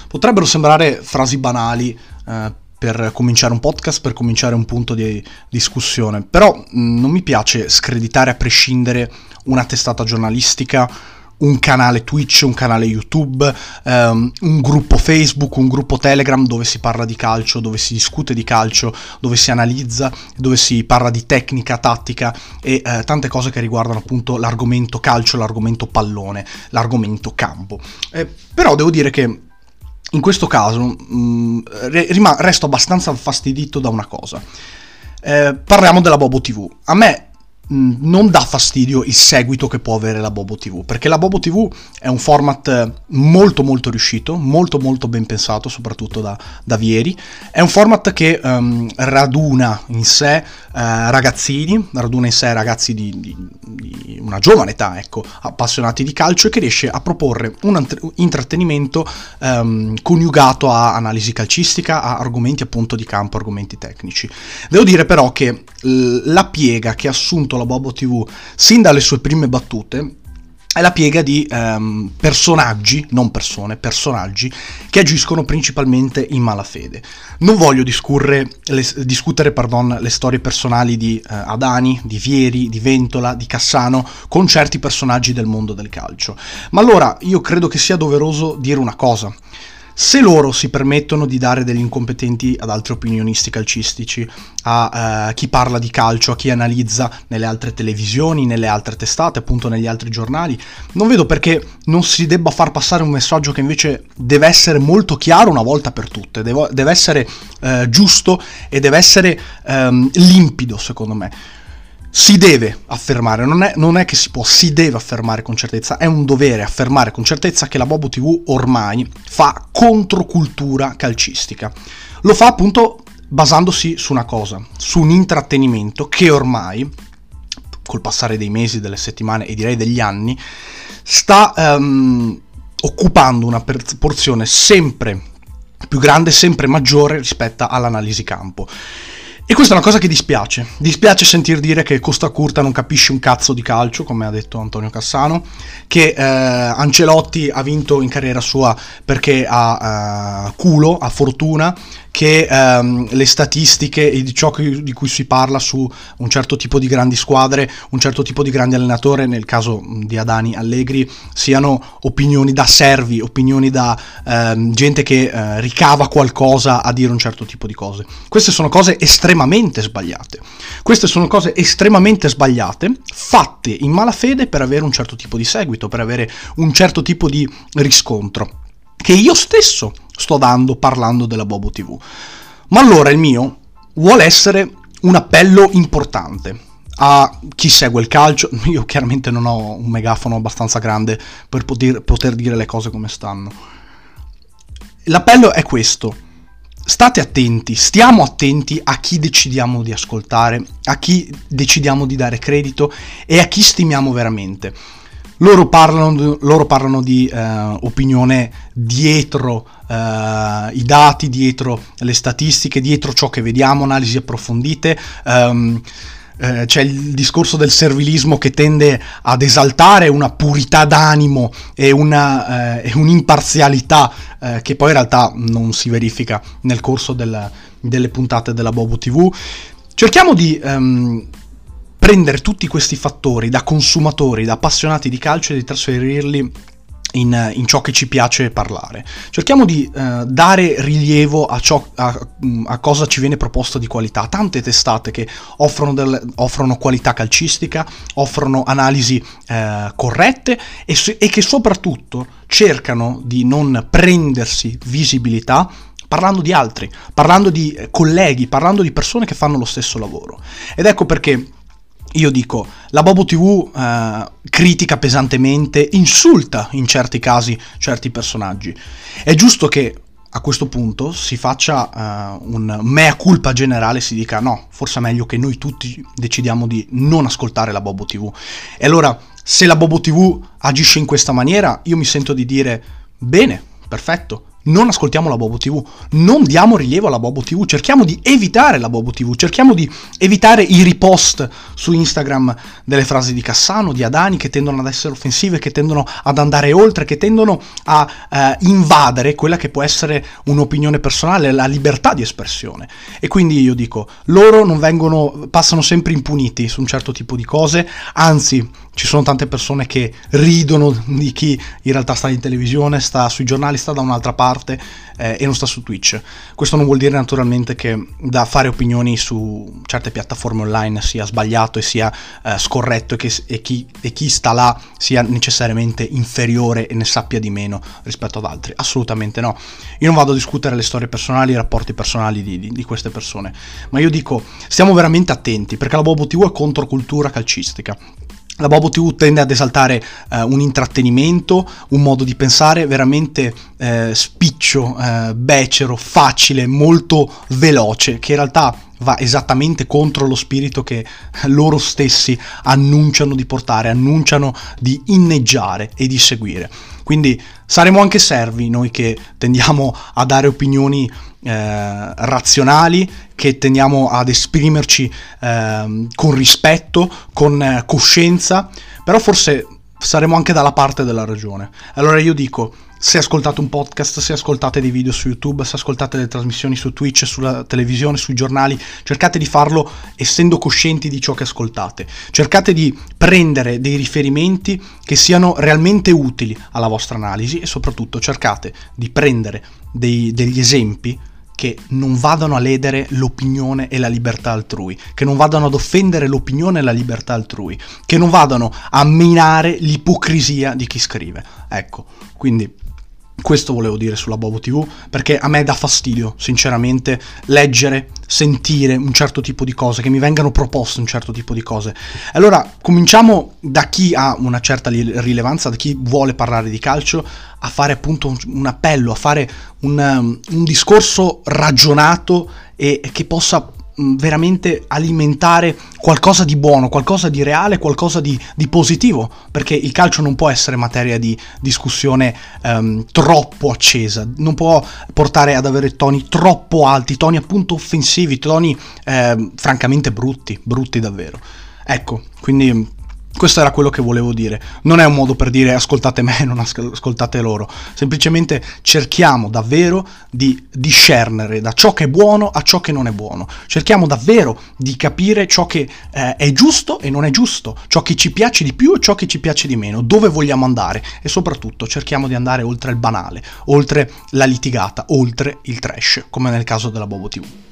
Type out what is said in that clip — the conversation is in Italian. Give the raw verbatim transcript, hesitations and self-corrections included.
Potrebbero sembrare frasi banali eh, per cominciare un podcast, per cominciare un punto di discussione, però mh, non mi piace screditare a prescindere una testata giornalistica, un canale Twitch, un canale YouTube, um, un gruppo Facebook, un gruppo Telegram dove si parla di calcio, dove si discute di calcio, dove si analizza, dove si parla di tecnica, tattica e uh, tante cose che riguardano appunto l'argomento calcio, l'argomento pallone, l'argomento campo. Eh, però devo dire che in questo caso mh, rim- resto abbastanza infastidito da una cosa. Eh, parliamo della Bobo tivù. A me non dà fastidio il seguito che può avere la Bobo tivù, perché la Bobo tivù è un format molto molto riuscito, molto molto ben pensato, soprattutto da, da Vieri. È un format che um, raduna in sé uh, ragazzini, raduna in sé ragazzi di, di, di una giovane età, ecco, appassionati di calcio, e che riesce a proporre un intrattenimento um, coniugato a analisi calcistica, a argomenti appunto di campo, argomenti tecnici. Devo dire però che l- la piega che ha assunto la Bobo tivù sin dalle sue prime battute è la piega di um, personaggi, non persone, personaggi che agiscono principalmente in malafede. Non voglio discurre, le, discutere pardon, le storie personali di uh, Adani, di Vieri, di Ventola, di Cassano con certi personaggi del mondo del calcio, ma allora io credo che sia doveroso dire una cosa. Se loro si permettono di dare degli incompetenti ad altri opinionisti calcistici, a uh, chi parla di calcio, a chi analizza nelle altre televisioni, nelle altre testate, appunto negli altri giornali, non vedo perché non si debba far passare un messaggio che invece deve essere molto chiaro una volta per tutte, deve, deve essere uh, giusto e deve essere um, limpido, secondo me. Si deve affermare, non è, non è che si può, si deve affermare con certezza, è un dovere affermare con certezza che la Bobo tivù ormai fa controcultura calcistica. Lo fa appunto basandosi su una cosa, su un intrattenimento che ormai, col passare dei mesi, delle settimane e direi degli anni, sta um, occupando una porzione sempre più grande, sempre maggiore rispetto all'analisi campo. E questa è una cosa che dispiace, dispiace sentir dire che Costa Curta non capisce un cazzo di calcio, come ha detto Antonio Cassano, che eh, Ancelotti ha vinto in carriera sua perché ha uh, culo, ha fortuna, che um, le statistiche e di ciò che, di cui si parla su un certo tipo di grandi squadre, un certo tipo di grandi allenatore, nel caso di Adani Allegri, siano opinioni da servi, opinioni da um, gente che uh, ricava qualcosa a dire un certo tipo di cose. Queste sono cose estremamente sbagliate. Queste sono cose estremamente sbagliate, fatte in malafede per avere un certo tipo di seguito, per avere un certo tipo di riscontro, che io stesso sto dando parlando della Bobo tivù. Ma allora il mio vuole essere un appello importante a chi segue il calcio. Io chiaramente non ho un megafono abbastanza grande per poter, poter dire le cose come stanno. L'appello è questo: state attenti, stiamo attenti a chi decidiamo di ascoltare, a chi decidiamo di dare credito e a chi stimiamo veramente. Loro parlano, loro parlano di uh, opinione dietro uh, i dati, dietro le statistiche, dietro ciò che vediamo, analisi approfondite. Um, uh, c'è il discorso del servilismo che tende ad esaltare una purità d'animo e, una, uh, e un'imparzialità uh, che poi in realtà non si verifica nel corso del, delle puntate della Bobo tivù. Cerchiamo di Um, prendere tutti questi fattori da consumatori, da appassionati di calcio e di trasferirli in, in ciò che ci piace parlare. Cerchiamo di uh, dare rilievo a, ciò, a, a cosa ci viene proposto di qualità. Tante testate che offrono, del, offrono qualità calcistica, offrono analisi uh, corrette e, e che soprattutto cercano di non prendersi visibilità parlando di altri, parlando di colleghi, parlando di persone che fanno lo stesso lavoro. Ed ecco perché io dico, la Bobo tivù eh, critica pesantemente, insulta in certi casi certi personaggi. È giusto che a questo punto si faccia uh, un mea culpa generale, si dica no, forse è meglio che noi tutti decidiamo di non ascoltare la Bobo tivù. E allora, se la Bobo tivù agisce in questa maniera, io mi sento di dire bene, perfetto, non ascoltiamo la Bobo tivù, non diamo rilievo alla Bobo tivù, cerchiamo di evitare la Bobo tivù, cerchiamo di evitare i ripost su Instagram delle frasi di Cassano, di Adani, che tendono ad essere offensive, che tendono ad andare oltre, che tendono a eh, invadere quella che può essere un'opinione personale, la libertà di espressione. E quindi io dico, loro non vengono, passano sempre impuniti su un certo tipo di cose, anzi ci sono tante persone che ridono di chi in realtà sta in televisione, sta sui giornali, sta da un'altra parte eh, e non sta su Twitch. Questo non vuol dire naturalmente che da fare opinioni su certe piattaforme online sia sbagliato e sia eh, scorretto e che e chi, e chi sta là sia necessariamente inferiore e ne sappia di meno rispetto ad altri. Assolutamente no. Io non vado a discutere le storie personali, i rapporti personali di, di, di queste persone, ma io dico, stiamo veramente attenti, perché la Bobo tivù è controcultura calcistica. La Bobo tivù tende ad esaltare eh, un intrattenimento, un modo di pensare veramente eh, spiccio, eh, becero, facile, molto veloce, che in realtà va esattamente contro lo spirito che loro stessi annunciano di portare, annunciano di inneggiare e di seguire. Quindi saremo anche servi noi che tendiamo a dare opinioni eh, razionali, che tendiamo ad esprimerci eh, con rispetto, con eh, coscienza, però forse saremo anche dalla parte della ragione. Allora io dico, se ascoltate un podcast, se ascoltate dei video su YouTube, se ascoltate le trasmissioni su Twitch, sulla televisione, sui giornali, cercate di farlo essendo coscienti di ciò che ascoltate. Cercate di prendere dei riferimenti che siano realmente utili alla vostra analisi e soprattutto cercate di prendere dei, degli esempi che non vadano a ledere l'opinione e la libertà altrui, che non vadano ad offendere l'opinione e la libertà altrui, che non vadano a minare l'ipocrisia di chi scrive. Ecco, quindi questo volevo dire sulla Bobo tivù, perché a me dà fastidio, sinceramente, leggere, sentire un certo tipo di cose, che mi vengano proposte un certo tipo di cose. Allora, cominciamo da chi ha una certa rilevanza, da chi vuole parlare di calcio, a fare appunto un, un appello, a fare un, un discorso ragionato e che possa veramente alimentare qualcosa di buono, qualcosa di reale, qualcosa di, di positivo, perché il calcio non può essere materia di discussione um, troppo accesa, non può portare ad avere toni troppo alti, toni appunto offensivi, toni eh, francamente brutti, brutti davvero. Ecco, quindi questo era quello che volevo dire. Non è un modo per dire ascoltate me, non ascoltate loro. Semplicemente cerchiamo davvero di discernere da ciò che è buono a ciò che non è buono. Cerchiamo davvero di capire ciò che eh, è giusto e non è giusto, ciò che ci piace di più e ciò che ci piace di meno, dove vogliamo andare e soprattutto cerchiamo di andare oltre il banale, oltre la litigata, oltre il trash, come nel caso della Bobo tivù.